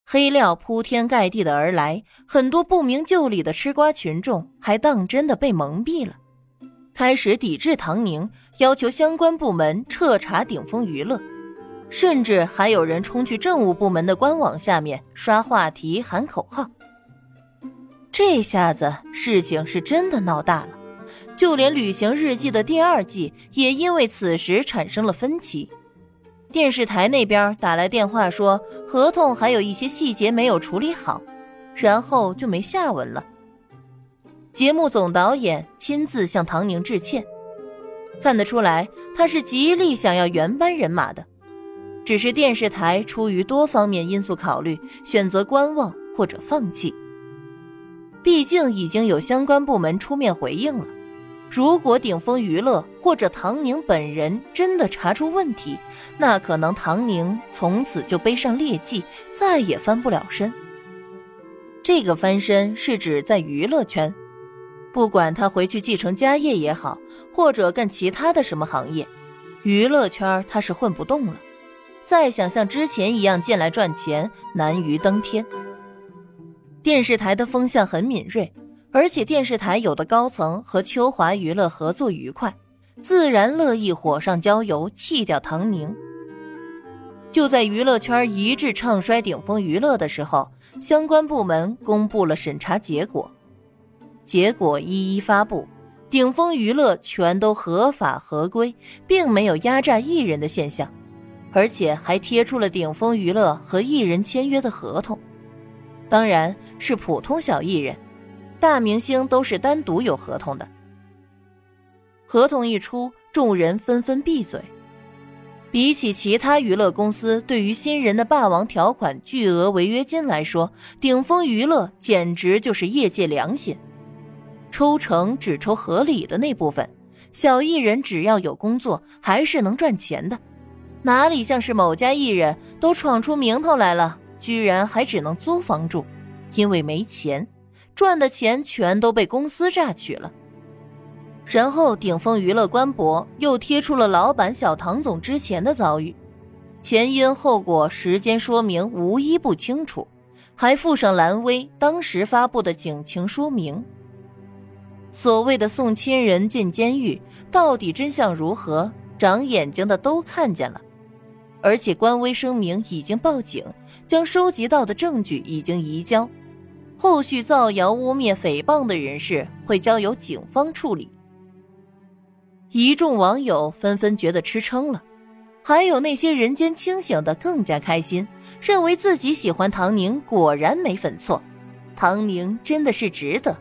黑料铺天盖地的而来，很多不明就里的吃瓜群众还当真的被蒙蔽了，开始抵制唐宁，要求相关部门彻查鼎丰娱乐，甚至还有人冲去政务部门的官网下面刷话题喊口号。这下子事情是真的闹大了，就连旅行日记的第2季也因为此时产生了分歧。电视台那边打来电话说合同还有一些细节没有处理好，然后就没下文了。节目总导演亲自向唐宁致歉，看得出来他是极力想要原班人马的，只是电视台出于多方面因素考虑，选择观望或者放弃。毕竟已经有相关部门出面回应了，如果鼎丰娱乐或者唐宁本人真的查出问题，那可能唐宁从此就背上劣迹，再也翻不了身。这个翻身是指在娱乐圈，不管他回去继承家业也好，或者干其他的什么行业，娱乐圈他是混不动了，再想像之前一样进来赚钱，难于登天。电视台的风向很敏锐，而且电视台有的高层和秋华娱乐合作愉快，自然乐意火上浇油，弃掉唐宁。就在娱乐圈一致唱衰鼎丰娱乐的时候，相关部门公布了审查结果。结果一一发布，鼎丰娱乐全都合法合规，并没有压榨艺人的现象，而且还贴出了鼎丰娱乐和艺人签约的合同。当然是普通小艺人，大明星都是单独有合同的。合同一出，众人纷纷闭嘴。比起其他娱乐公司对于新人的霸王条款、巨额违约金来说，鼎丰娱乐简直就是业界良心。抽成只抽合理的那部分，小艺人只要有工作还是能赚钱的，哪里像是某家艺人都闯出名头来了，居然还只能租房住，因为没钱，赚的钱全都被公司榨取了。然后鼎丰娱乐官博又贴出了老板小唐总之前的遭遇，前因后果时间说明无一不清楚，还附上蓝威当时发布的警情说明。所谓的送亲人进监狱，到底真相如何，长眼睛的都看见了。而且官微声明已经报警，将收集到的证据已经移交，后续造谣污蔑诽谤的人士会交由警方处理。一众网友纷纷觉得吃撑了，还有那些人间清醒的更加开心，认为自己喜欢唐宁果然没粉错，唐宁真的是值得。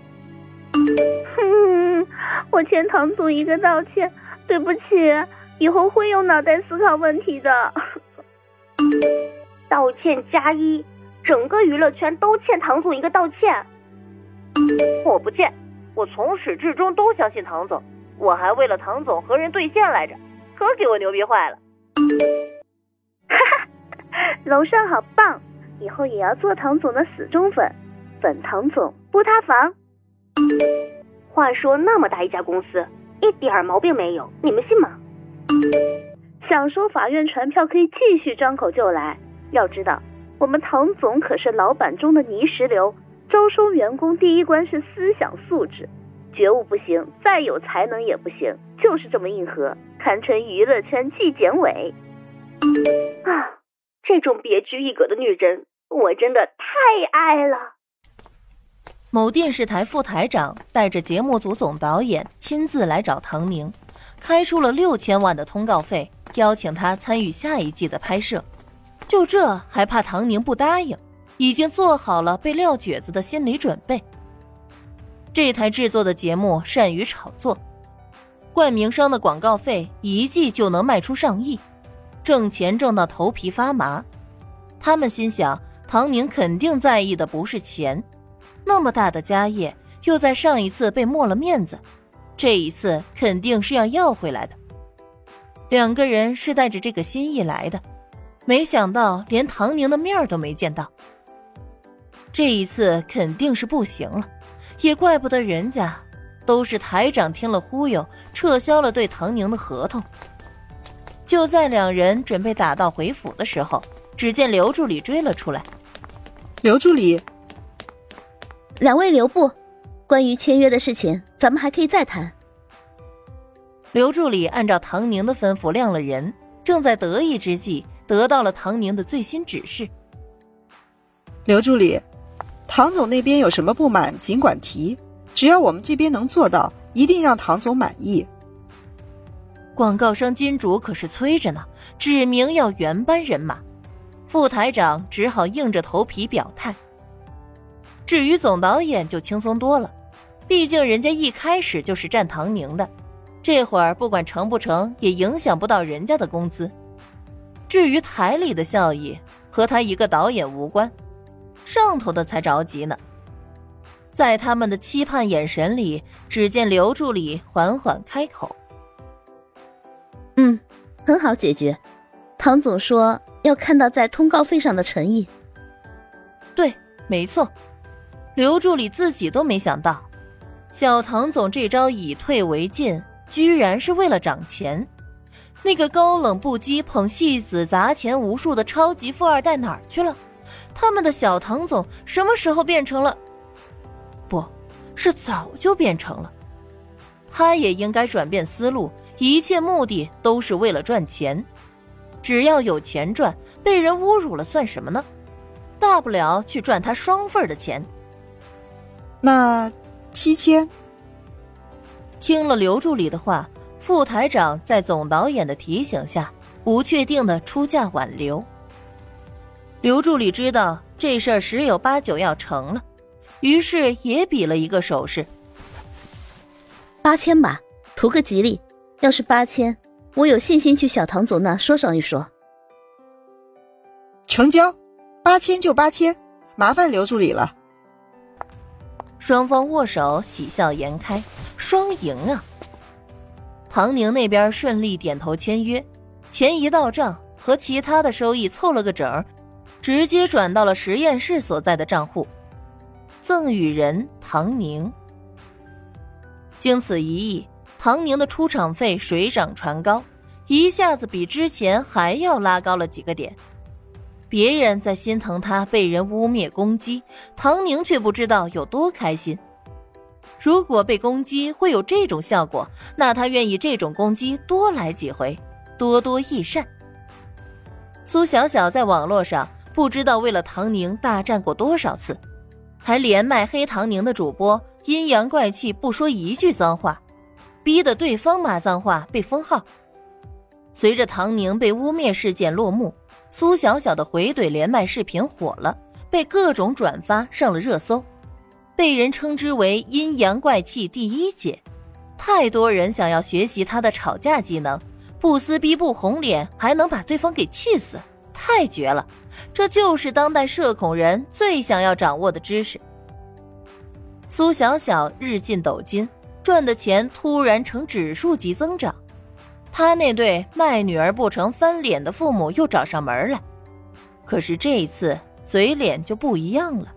我欠唐总一个道歉，对不起，以后会用脑袋思考问题的。 道歉加1，整个娱乐圈都欠唐总一个道歉。 我不欠，我从始至终都相信唐总，我还为了唐总和人兑现来着，可给我牛逼坏了。 楼上好棒，以后也要做唐总的死忠粉，粉唐总不塌房。 话说那么大一家公司，一点毛病没有，你们信吗？ 想说法院传票可以继续张口就来，要知道我们唐总可是老板中的泥石流，招收员工第一关是思想素质，觉悟不行，再有才能也不行，就是这么硬核，堪称娱乐圈纪检委。 啊，这种别具一格的女人，我真的太爱了。 某电视台副台长带着节目组总导演亲自来找唐宁，开出了6000万的通告费，邀请他参与下一季的拍摄。就这还怕唐宁不答应，已经做好了被撂蹶子的心理准备。这台制作的节目善于炒作，冠名商的广告费一季就能卖出上亿，挣钱挣到头皮发麻。他们心想，唐宁肯定在意的不是钱，那么大的家业，又在上一次被没了面子，这一次肯定是要回来的。两个人是带着这个心意来的，没想到连唐宁的面都没见到。这一次肯定是不行了，也怪不得人家，都是台长听了忽悠，撤销了对唐宁的合同。就在两人准备打道回府的时候，只见刘助理追了出来， 刘助理， 两位留步，关于签约的事情，咱们还可以再谈。 刘助理按照唐宁的吩咐亮了人，正在得意之际，得到了唐宁的最新指示。 刘助理，唐总那边有什么不满尽管提，只要我们这边能做到，一定让唐总满意。 广告商金主可是催着呢，指明要原班人马。副台长只好硬着头皮表态。至于总导演就轻松多了，毕竟人家一开始就是站唐宁的，这会儿不管成不成也影响不到人家的工资。至于台里的效益，和他一个导演无关，上头的才着急呢。在他们的期盼眼神里，只见刘助理缓缓开口： 很好解决。唐总说要看到在通告费上的诚意。 对，没错。刘助理自己都没想到，小唐总这招以退为进，居然是为了涨钱。那个高冷不羁、捧戏子砸钱无数的超级富二代哪儿去了？他们的小唐总什么时候变成了？不是早就变成了。他也应该转变思路，一切目的都是为了赚钱。只要有钱赚，被人侮辱了算什么呢？大不了去赚他双份的钱。 那7000？ 听了刘助理的话，副台长在总导演的提醒下，不确定的出价挽留。刘助理知道这事儿十有八九要成了，于是也比了一个手势。 8000吧，图个吉利。要是8000，我有信心去小唐总那说上一说。 成交，8000就8000，麻烦刘助理了。 双方握手，喜笑颜开，双赢啊！唐宁那边顺利点头签约，钱一到账，和其他的收益凑了个整，直接转到了实验室所在的账户。赠与人唐宁。经此一役，唐宁的出场费水涨船高，一下子比之前还要拉高了几个点。别人在心疼他被人污蔑攻击，唐宁却不知道有多开心。如果被攻击会有这种效果，那他愿意这种攻击多来几回，多多益善。苏小小在网络上不知道为了唐宁大战过多少次，还连麦黑唐宁的主播阴阳怪气不说一句脏话，逼得对方骂脏话被封号。随着唐宁被污蔑事件落幕，苏小小的回怼连麦视频火了，被各种转发上了热搜，被人称之为阴阳怪气第一姐。太多人想要学习她的吵架技能，不撕逼不红脸，还能把对方给气死，太绝了！这就是当代社恐人最想要掌握的知识。苏小小日进斗金，赚的钱突然呈指数级增长。他那对卖女儿不成翻脸的父母又找上门来，可是这一次嘴脸就不一样了。